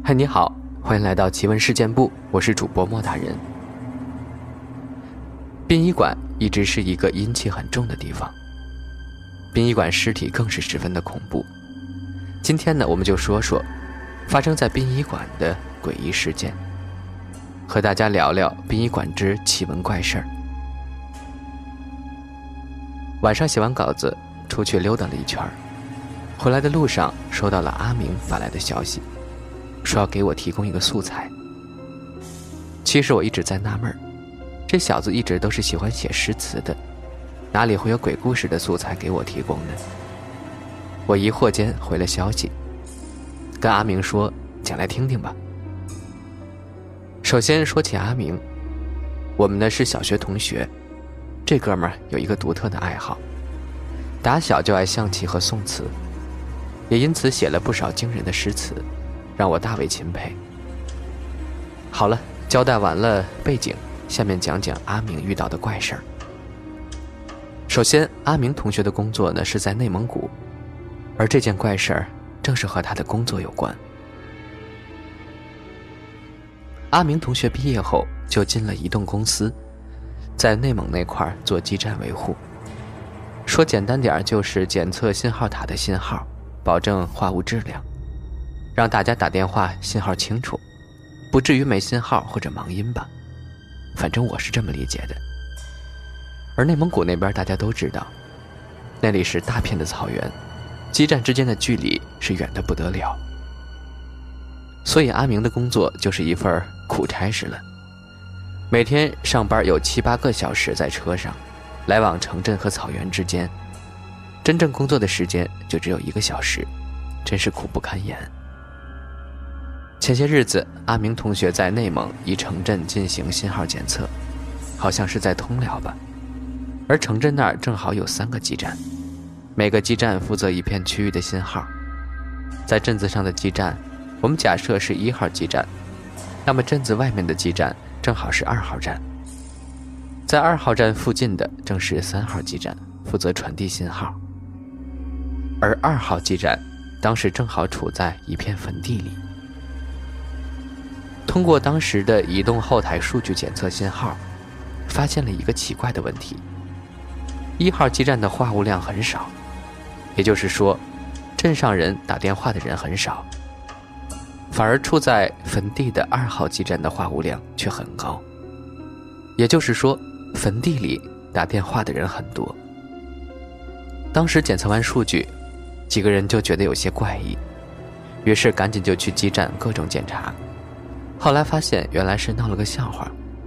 嗨，你好，欢迎来到奇闻事件部，我是主播莫大人。殡仪馆一直是一个阴气很重的地方，殡仪馆尸体更是十分的恐怖。今天呢，我们就说说发生在殡仪馆的诡异事件，和大家聊聊殡仪馆之奇闻怪事儿。晚上写完稿子，出去溜达了一圈，回来的路上收到了阿明发来的消息，说要给我提供一个素材。其实我一直在纳闷，这小子一直都是喜欢写诗词的，哪里会有鬼故事的素材给我提供呢？我疑惑间回了消息，跟阿明说讲来听听吧。首先说起阿明，我们呢是小学同学，这哥们儿有一个独特的爱好，打小就爱象棋和宋词，也因此写了不少惊人的诗词，让我大为钦佩。好了，交代完了背景，下面讲讲阿明遇到的怪事儿。首先，阿明同学的工作呢是在内蒙古，而这件怪事儿正是和他的工作有关。阿明同学毕业后就进了移动公司，在内蒙那块做基站维护，说简单点就是检测信号塔的信号，保证话务质量，让大家打电话信号清楚，不至于没信号或者忙音吧，反正我是这么理解的。而内蒙古那边大家都知道，那里是大片的草原，基站之间的距离是远得不得了，所以阿明的工作就是一份苦差事了。每天上班有7、8个小时在车上，来往城镇和草原之间，真正工作的时间就只有1个小时，真是苦不堪言。前些日子，阿明同学在内蒙一城镇进行信号检测，好像是在通辽吧，而城镇那儿正好有3个基站，每个基站负责一片区域的信号。在镇子上的基站，我们假设是1号基站，那么镇子外面的基站正好是2号站，在2号站附近的正是3号基站，负责传递信号。而2号基站当时正好处在一片坟地里。通过当时的移动后台数据检测信号，发现了一个奇怪的问题：1号基站的话务量很少，也就是说，镇上人打电话的人很少，反而处在坟地的2号基站的话务量却很高，也就是说，坟地里打电话的人很多。当时检测完数据，几个人就觉得有些怪异，于是赶紧就去基站各种检查。后来发现原来是闹了个笑话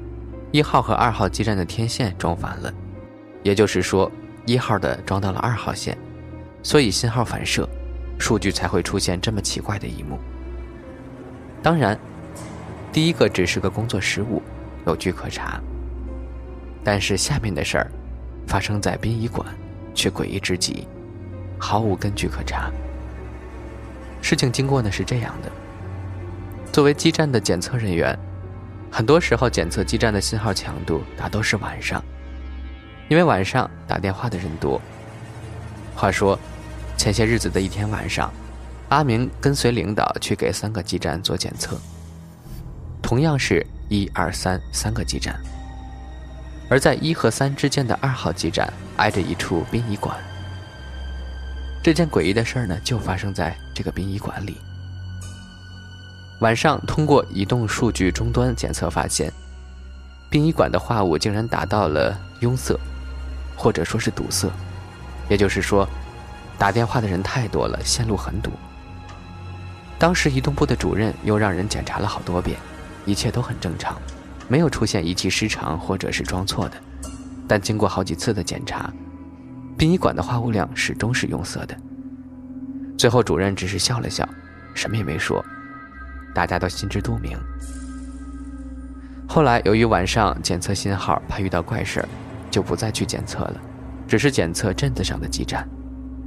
，1号和2号基站的天线装反了，也就是说1号的装到了2号线，所以信号反射，数据才会出现这么奇怪的一幕。当然，第一个只是个工作失误，有据可查，但是下面的事儿发生在殡仪馆，却诡异之极，毫无根据可查。事情经过呢是这样的：作为基站的检测人员，很多时候检测基站的信号强度大都是晚上，因为晚上打电话的人多。话说，前些日子的一天晚上，阿明跟随领导去给3个基站做检测，同样是1、2、3个基站，而在1和3之间的2号基站挨着一处殡仪馆。这件诡异的事呢，就发生在这个殡仪馆里。晚上通过移动数据终端检测发现，殡仪馆的话务竟然达到了拥塞，或者说是堵塞，也就是说，打电话的人太多了，线路很堵。当时移动部的主任又让人检查了好多遍，一切都很正常，没有出现仪器失常或者是装错的。但经过好几次的检查，殡仪馆的话务量始终是拥塞的。最后主任只是笑了笑，什么也没说，大家都心知肚明。后来由于晚上检测信号怕遇到怪事儿，就不再去检测了，只是检测镇子上的基站。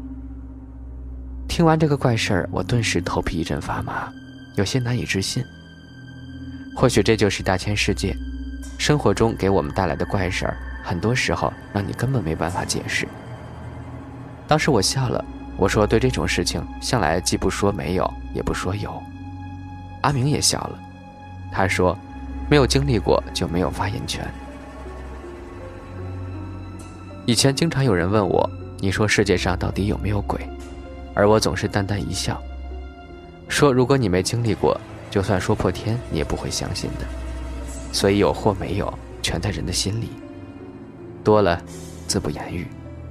听完这个怪事儿，我顿时头皮一阵发麻，有些难以置信。或许这就是大千世界，生活中给我们带来的怪事儿，很多时候让你根本没办法解释。当时我笑了，我说对这种事情向来既不说没有，也不说有。 阿明也笑了，他说没有经历过就没有发言权。以前经常有人问我，你说世界上到底有没有鬼？而我总是淡淡一笑，说如果你没经历过，就算说破天你也不会相信的。所以有或没有全在人的心里，多了自不言喻。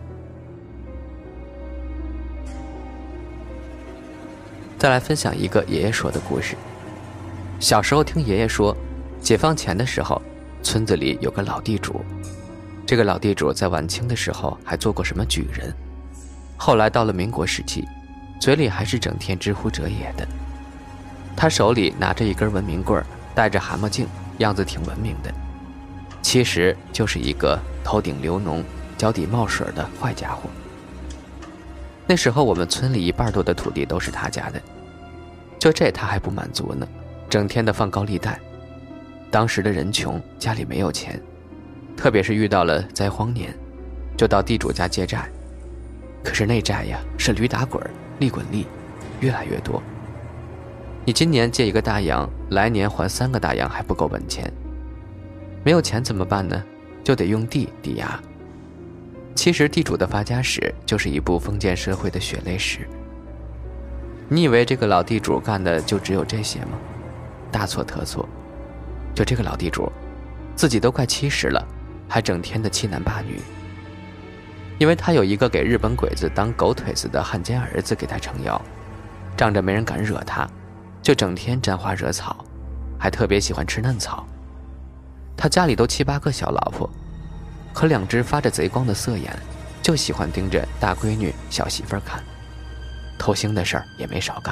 再来分享一个爷爷说的故事。小时候听爷爷说，解放前的时候，村子里有个老地主，这个老地主在晚清的时候还做过什么举人，后来到了民国时期，嘴里还是整天之乎者也的。他手里拿着一根文明棍，戴着蛤蟆镜，样子挺文明的，其实就是一个头顶流脓脚底冒水的坏家伙。那时候我们村里1半多的土地都是他家的，就这他还不满足呢，整天的放高利贷。当时的人穷，家里没有钱，特别是遇到了灾荒年，就到地主家借债。可是那债呀，是驴打滚利滚利，越来越多。你今年借1个大洋，来年还3个大洋还不够本钱。没有钱怎么办呢？就得用地抵押。其实地主的发家史就是一部封建社会的血泪史。你以为这个老地主干的就只有这些吗？大错特错。就这个老地主自己都快70了，还整天的欺男霸女。因为他有一个给日本鬼子当狗腿子的汉奸儿子给他撑腰，仗着没人敢惹他，就整天沾花惹草，还特别喜欢吃嫩草。他家里都7、8个小老婆，可2只发着贼光的色眼，就喜欢盯着大闺女小媳妇看，偷腥的事儿也没少干。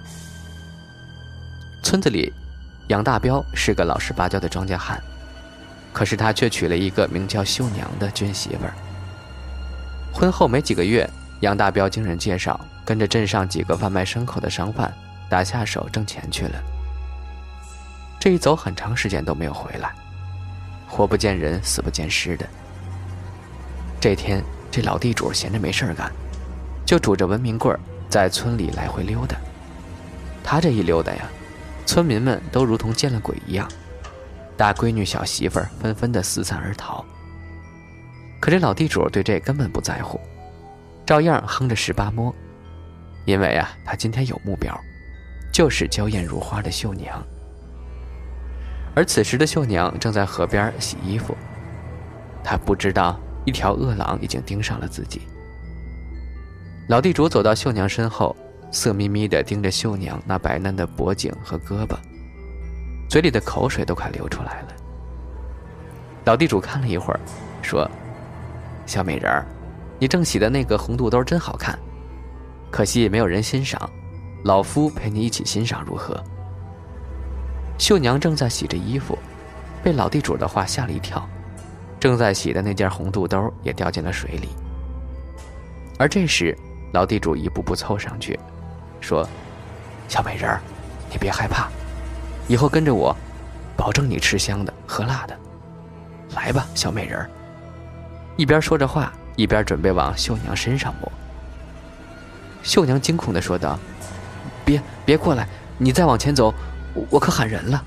村子里杨大彪是个老实巴交的庄稼汉，可是他却娶了一个名叫秀娘的军媳妇儿。婚后没几个月，杨大彪经人介绍，跟着镇上几个贩卖牲口的商贩打下手挣钱去了。这一走很长时间都没有回来，活不见人死不见尸的。这天这老地主闲着没事干，就拄着文明棍在村里来回溜达。他这一溜达呀，村民们都如同见了鬼一样，大闺女小媳妇儿纷纷的四散而逃。可这老地主对这根本不在乎，照样哼着18摸，因为啊，他今天有目标，就是娇艳如花的秀娘。而此时的秀娘正在河边洗衣服，她不知道一条恶狼已经盯上了自己。老地主走到秀娘身后，色眯眯地盯着秀娘那白嫩的脖颈和胳膊，嘴里的口水都快流出来了。老地主看了一会儿，说：“小美人儿，你正洗的那个红肚兜真好看，可惜没有人欣赏，老夫陪你一起欣赏如何？”秀娘正在洗着衣服，被老地主的话吓了一跳，正在洗的那件红肚兜也掉进了水里。而这时老地主一步步凑上去，说：“小美人儿，你别害怕，以后跟着我，保证你吃香的喝辣的。来吧，小美人儿。”一边说着话，一边准备往秀娘身上摸。秀娘惊恐地说道：“别过来，你再往前走，我可喊人了。”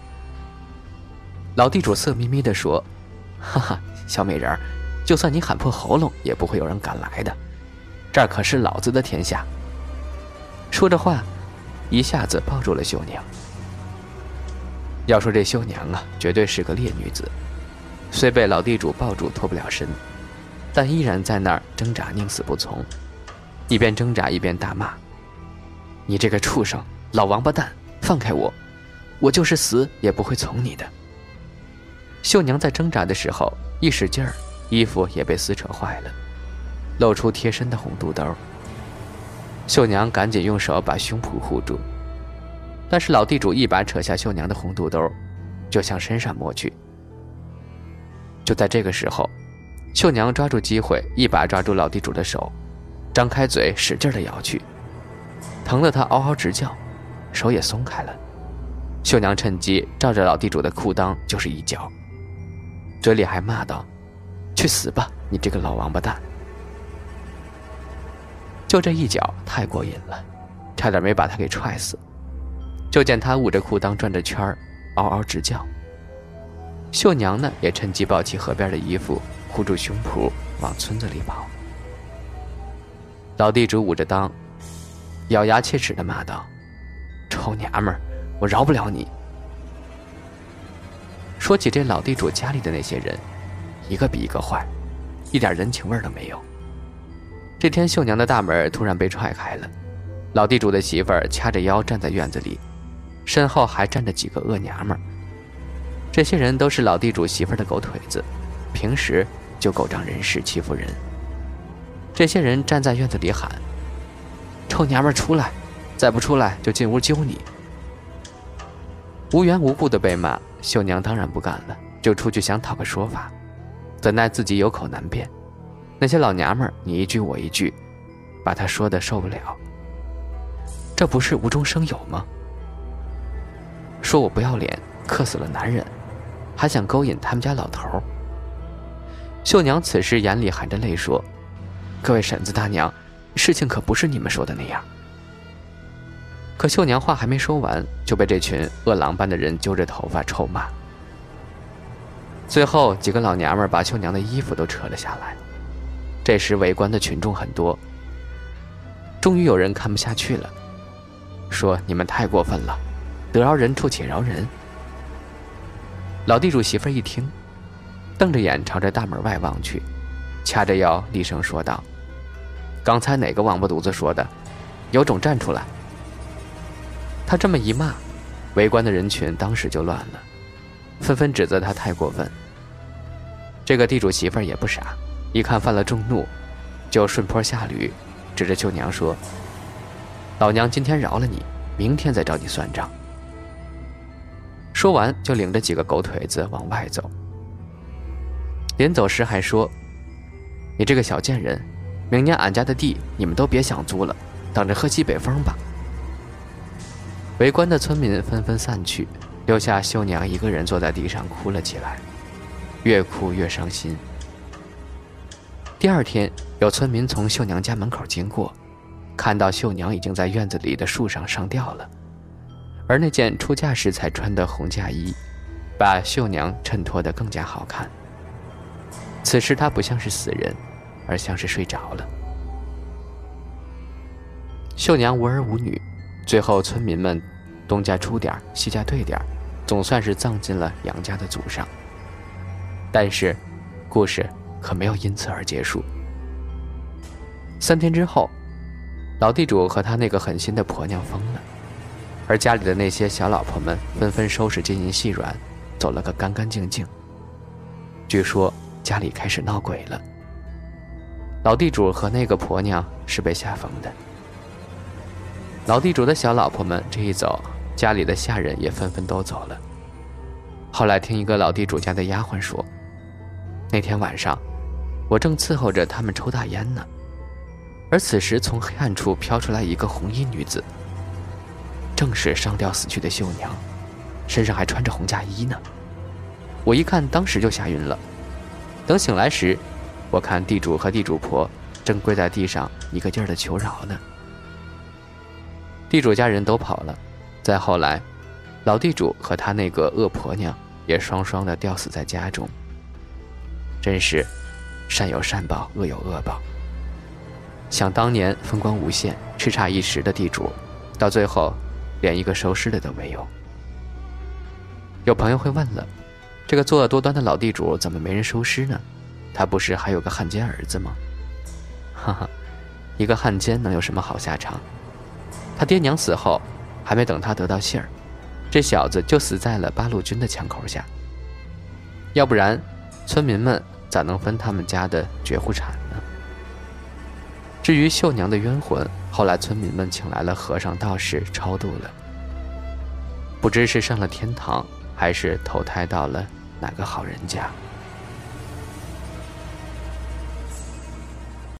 老地主色眯眯地说：“哈哈，小美人儿，就算你喊破喉咙，也不会有人敢来的，这儿可是老子的天下。”说着话，一下子抱住了秀娘。要说这秀娘啊，绝对是个烈女子，虽被老地主抱住脱不了身，但依然在那儿挣扎，宁死不从，一边挣扎一边大骂：“你这个畜生，老王八蛋，放开我，我就是死也不会从你的。”秀娘在挣扎的时候一使劲儿，衣服也被撕扯坏了，露出贴身的红肚兜。秀娘赶紧用手把胸脯护住，但是老地主一把扯下秀娘的红肚兜，就向身上摸去。就在这个时候，秀娘抓住机会，一把抓住老地主的手，张开嘴使劲地咬去，疼得他嗷嗷直叫，手也松开了。秀娘趁机照着老地主的裤裆就是一脚，嘴里还骂道：“去死吧，你这个老王八蛋！”就这一脚太过瘾了，差点没把他给踹死。 就见他捂着裤裆转着圈儿，嗷嗷直叫。秀娘呢，也趁机抱起河边的衣服，护住胸脯，往村子里跑。老地主捂着裆，咬牙切齿地骂道：“臭娘们儿，我饶不了你！”说起这老地主家里的那些人，一个比一个坏，一点人情味都没有。这天，秀娘的大门突然被踹开了，老地主的媳妇儿掐着腰站在院子里，身后还站着几个恶娘们儿。这些人都是老地主媳妇儿的狗腿子，平时就狗仗人势欺负人。这些人站在院子里喊：“臭娘们儿出来，再不出来就进屋揪你！”无缘无故的被骂，秀娘当然不干了，就出去想讨个说法，怎奈自己有口难辩，那些老娘们儿你一句我一句，把她说的受不了。这不是无中生有吗？说我不要脸，克死了男人，还想勾引他们家老头儿。秀娘此时眼里含着泪说：“各位婶子大娘，事情可不是你们说的那样。”可秀娘话还没说完，就被这群饿狼般的人揪着头发臭骂。最后几个老娘们把秀娘的衣服都扯了下来。这时围观的群众很多，终于有人看不下去了，说：“你们太过分了，得饶人处且饶人。”老地主媳妇一听，瞪着眼朝着大门外望去，掐着腰厉声说道：“刚才哪个王八犊子说的？有种站出来！”他这么一骂，围观的人群当时就乱了，纷纷指责他太过分。这个地主媳妇也不傻，一看犯了众怒，就顺坡下驴，指着秀娘说：“老娘今天饶了你，明天再找你算账。”说完就领着几个狗腿子往外走。临走时还说：“你这个小贱人，明年俺家的地你们都别想租了，等着喝西北风吧。”围观的村民纷纷散去，留下秀娘一个人坐在地上哭了起来，越哭越伤心。第二天，有村民从秀娘家门口经过，看到秀娘已经在院子里的树上上吊了，而那件出嫁时才穿的红嫁衣，把秀娘衬托得更加好看。此时她不像是死人，而像是睡着了。秀娘无儿无女，最后村民们东家出点，西家退点，总算是葬进了杨家的祖上。但是故事可没有因此而结束。3天之后，老地主和他那个狠心的婆娘疯了，而家里的那些小老婆们纷纷收拾金银细软，走了个干干净净。据说家里开始闹鬼了，老地主和那个婆娘是被吓疯的。老地主的小老婆们这一走，家里的下人也纷纷都走了。后来听一个老地主家的丫鬟说，那天晚上我正伺候着他们抽大烟呢，而此时从黑暗处飘出来一个红衣女子，正是上吊死去的秀娘，身上还穿着红嫁衣呢。我一看当时就吓晕了，等醒来时，我看地主和地主婆正跪在地上一个劲儿的求饶呢。地主家人都跑了，再后来老地主和他那个恶婆娘也双双的吊死在家中。真是善有善报，恶有恶报。想当年风光无限，叱咤一时的地主，到最后连一个收尸的都没有。有朋友会问了，这个作恶多端的老地主怎么没人收尸呢？他不是还有个汉奸儿子吗？哈哈，一个汉奸能有什么好下场？他爹娘死后，还没等他得到信儿，这小子就死在了八路军的枪口下。要不然村民们咋能分他们家的绝户产呢？至于秀娘的冤魂，后来村民们请来了和尚道士超度了，不知是上了天堂，还是投胎到了哪个好人家。